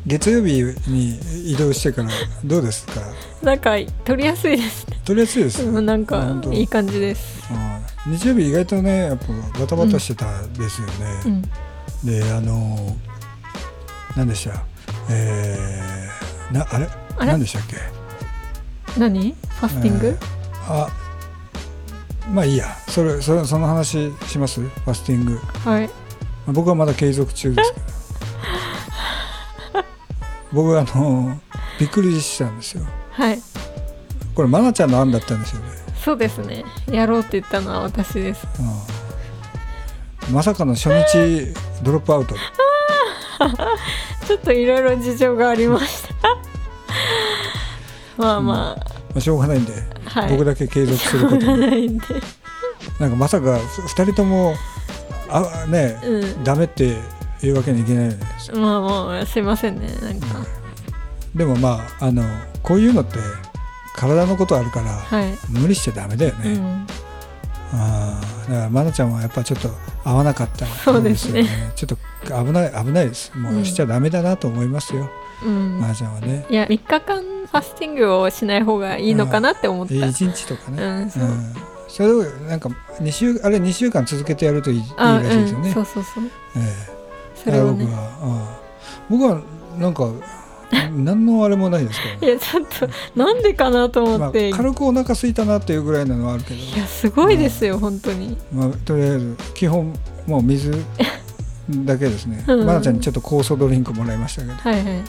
月曜日に移動してからどうですか？ なんか取りやすいですね。 取りやすいです、 なんかいい感じです。 日曜日意外とねやっぱバタバタしてたですよね、で何でした、あれ何でしたっけ？ 何？ファスティング？ まあいいや、その話します？ファスティング。 はい。 僕はまだ継続中ですけど僕はびっくりしたんですよ。 はい。 これマナちゃんの案だったんですよね。 そうですね。やろうって言ったのは私です。 まさかの初日ドロップアウトちょっといろいろ事情がありましたまあしょうがないんで、はい、僕だけ継続することないんでなんかまさか2人ともね、ダメっていうわけにいけないじゃないですか。 まあすいませんねなんか、 でもまあこういうのって体のことあるから、はい、無理しちゃダメだよね、だから愛菜ちゃんはやっぱちょっと合わなかったんですよね。そうですね。ちょっと危ないです。もうしちゃダメだなと思いますよ、愛菜ちゃんはね。 いや3日間ファスティングをしない方がいいのかなって思った。 1日とかね、それをなんか2週間続けてやるといいらしいですよね。 そう、それをね、 僕はなんか何のあれもないですけど、 いやちょっとなんでかなと思って、 軽くお腹空いたなっていうぐらいなのはあるけど、 いやすごいですよ、本当に。 とりあえず基本もう水だけですね。愛菜ちゃんにちょっと酵素ドリンクもらいましたけど、はいはい、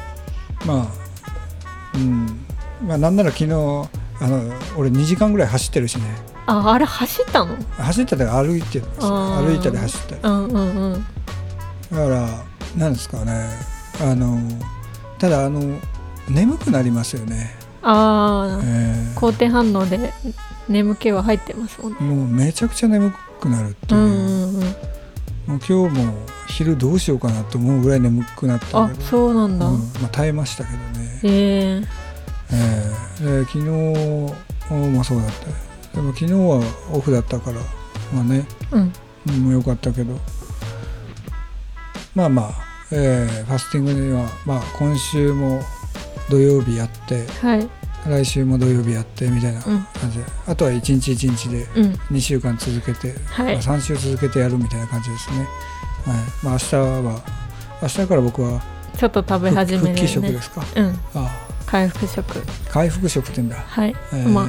まあなんなら昨日俺2時間ぐらい走ってるしね。 あれ走ったの？ 走ったり歩いてるんですよ。歩いたり走ったり、だから何ですかね、ただ眠くなりますよね。 肯定反応で眠気は入ってますもんね。 もうめちゃくちゃ眠くなるっていう、もう今日も昼どうしようかなと思うぐらい眠くなったけど。 そうなんだ、 耐えましたけどね。昨日もそうだった。でも昨日はオフだったからまあね、もうよかったけど、ファスティングには、今週も土曜日やって、はい、来週も土曜日やってみたいな感じで、あとは1日1日で2週間続けて、3週続けてやるみたいな感じですね。明日から僕はちょっと食べ始めるね。 復帰食ですか？ 回復食。 回復食って言うんだ。 はい。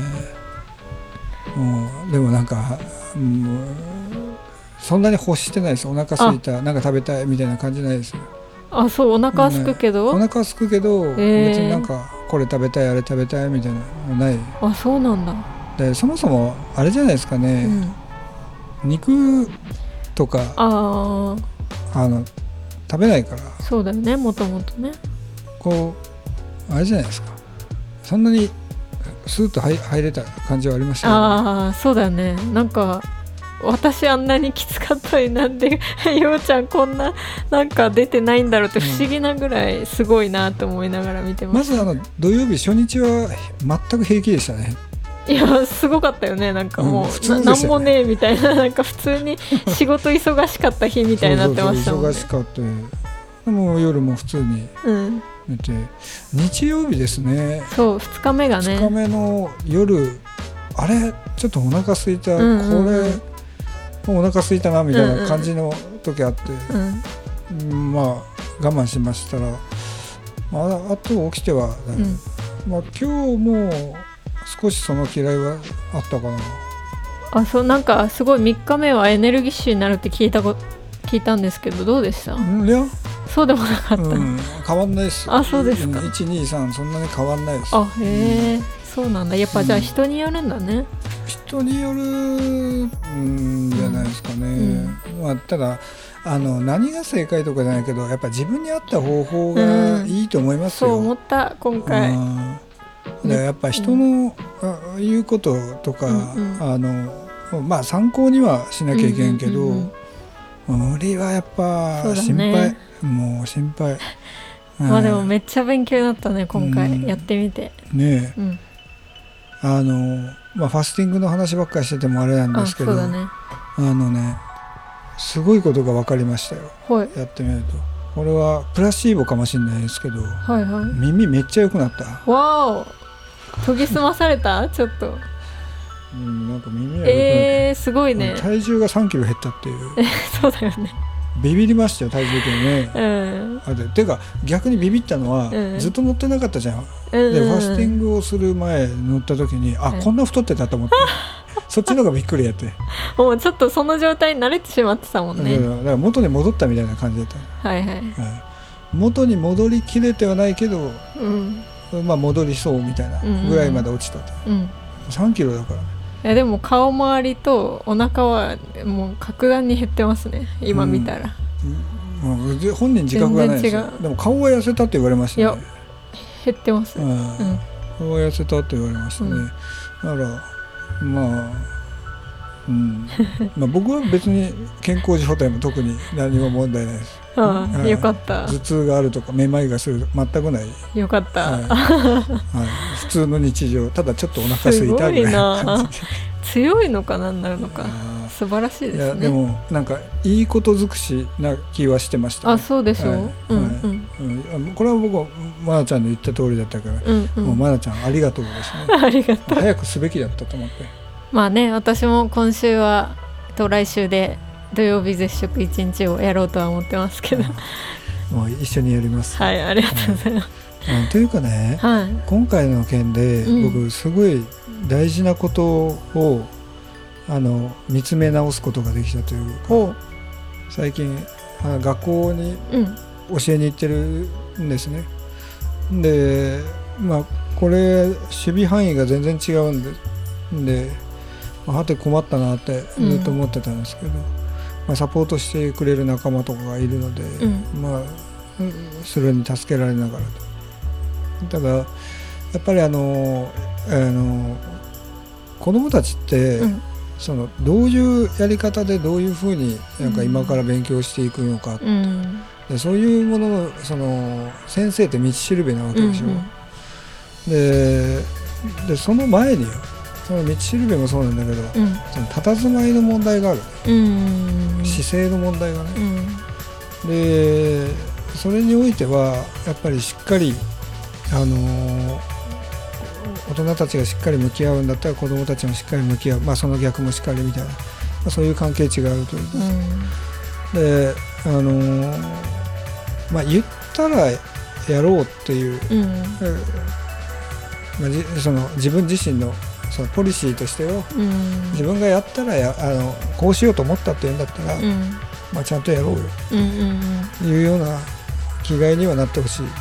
もうでもなんかそんなに欲してないです。お腹空いた、なんか食べたいみたいな感じないです。 そう、お腹は空くけど、 お腹は空くけど、別になんかこれ食べたいあれ食べたいみたいなのない。 そうなんだ。 でそもそもあれじゃないですかね、肉とか食べないから。 そうだよね、もともとね。 こうあれじゃないですか、そんなにスーッと入れた感じはありましたよね。 そうだよね。なんか私あんなにきつかったりなんでようちゃんこんななんか出てないんだろうって不思議なぐらいすごいなと思いながら見てました。 まず土曜日初日は全く平気でしたね。 いやすごかったよね。なんかもう、なんもねえみたいな、なんか普通に仕事忙しかった日みたいになってましたもんね。 忙しかった。でも夜も普通に寝て、日曜日ですね。 そう、2日目がね、 2日目の夜、あれちょっとお腹空いた、これお腹空いたなみたいな感じの時あって、我慢しましたら、あと起きては、今日も少しその嫌いはあったかな。 そう、なんかすごい3日目はエネルギッシュになるって聞いたんですけど、どうでした？ いやそうでもなかった。 変わんないです。 そうですか。 1、2、3そんなに変わんないです。 へえ、そうなんだ。やっぱじゃあ人によるんだね。 人によるんじゃないですかね。ただ何が正解とかじゃないけど、やっぱ自分に合った方法がいいと思いますよ。 そう思った今回。 やっぱ人の言うこととか、参考にはしなきゃいけんけど、無理はやっぱ心配、もう心配。 でもめっちゃ勉強になったね今回、やってみてね。ファスティングの話ばっかりしててもあれなんですけど、すごいことが分かりましたよ、やってみると。 これはプラシーボかもしれないですけど、 はいはい、 耳めっちゃ良くなった。 わお、研ぎ澄まされたちょっとなんか耳が良くなった。 すごいね。 体重が3キロ減ったっていう。 そうだよね。 ビビりましたよ、体重計ね。ていうか逆にビビったのは、ずっと乗ってなかったじゃん。でファスティングをする前乗った時にこんな太ってたと思ってそっちの方がびっくりやって。 もうちょっとその状態に慣れてしまってたもんね。 だから元に戻ったみたいな感じだった。 はいはい、 元に戻りきれてはないけど、まあ戻りそうみたいなぐらいまで落ちたと。3キロだからね。 でも顔周りとお腹はもう格段に減ってますね今見たら。 本人自覚がないですよ。でも顔は痩せたって言われましたね。いや減ってます、 顔は痩せたって言われましたね。だからまあ僕は別に健康状態も特に何も問題ないです。 よかった。 頭痛があるとかめまいがする全くない。 よかった、 普通の日常。ただちょっとお腹空いたぐらいな感じ。 強いのか何なるのか素晴らしいですね。 いやでもなんかいいこと尽くしな気はしてましたね。 そうでしょう。 これは僕はまなちゃんの言った通りだったから、もうまなちゃんありがとうですね。 ありがとう。 早くすべきだったと思って。 まあね、私も今週は来週で土曜日絶食1日をやろうとは思ってますけどもう一緒にやります。 はい、ありがとうございます。 というかね、今回の件で僕すごい大事なことを見つめ直すことができたというか、最近学校に教えに行ってるんですね。でまあこれ守備範囲が全然違うんではて困ったなってずっと思ってたんですけど、サポートしてくれる仲間とかがいるので、それに助けられながらと。ただやっぱり子どもたちって、どういうやり方でどういうふうになんか今から勉強していくのか、でそういうものの先生って道しるべなわけでしょ。でその前によ、その道しるべもそうなんだけど、その佇まいの問題がある、姿勢の問題がね、でそれにおいてはやっぱりしっかり大人たちがしっかり向き合うんだったら子どもたちもしっかり向き合う、その逆もしっかりみたいな、そういう関係値があるという、で言ったらやろうっていう、その自分自身のそのポリシーとしてを、自分がやったらこうしようと思ったっていうんだったら、ちゃんとやろうよというような気概にはなってほしい。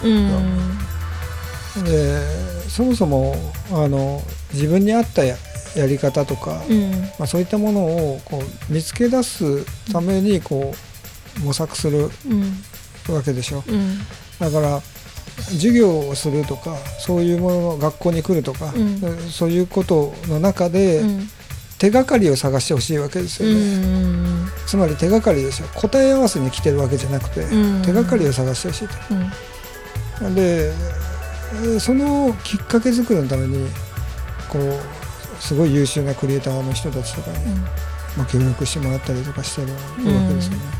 でそもそも自分に合ったやり方とか、そういったものを見つけ出すために模索するわけでしょ。だから授業をするとかそういうものの学校に来るとか、そういうことの中で、手がかりを探してほしいわけですよね。つまり手がかりですよ。答え合わせに来てるわけじゃなくて、手がかりを探してほしいと。でそのきっかけ作りのためにすごい優秀なクリエイターの人たちとかに、協力してもらったりとかしてるわけですよね。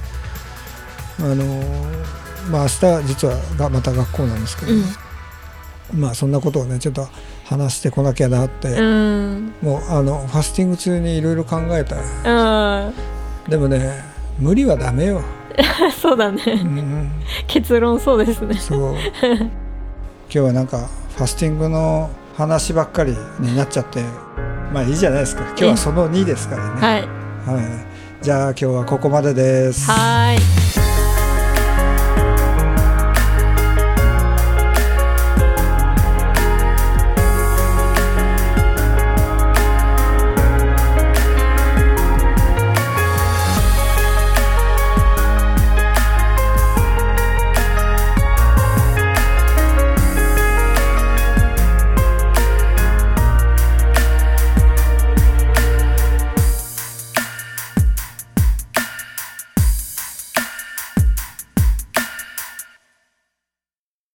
明日実はまた学校なんですけど、そんなことをねちょっと話してこなきゃなって、もうファスティング中にいろいろ考えた。でもね、無理はダメよ。 そうだね、結論そうですね。 そう今日はなんかファスティングの話ばっかりになっちゃって、いいじゃないですか。今日はその2ですからね。はい、じゃあ今日はここまでです。 はい。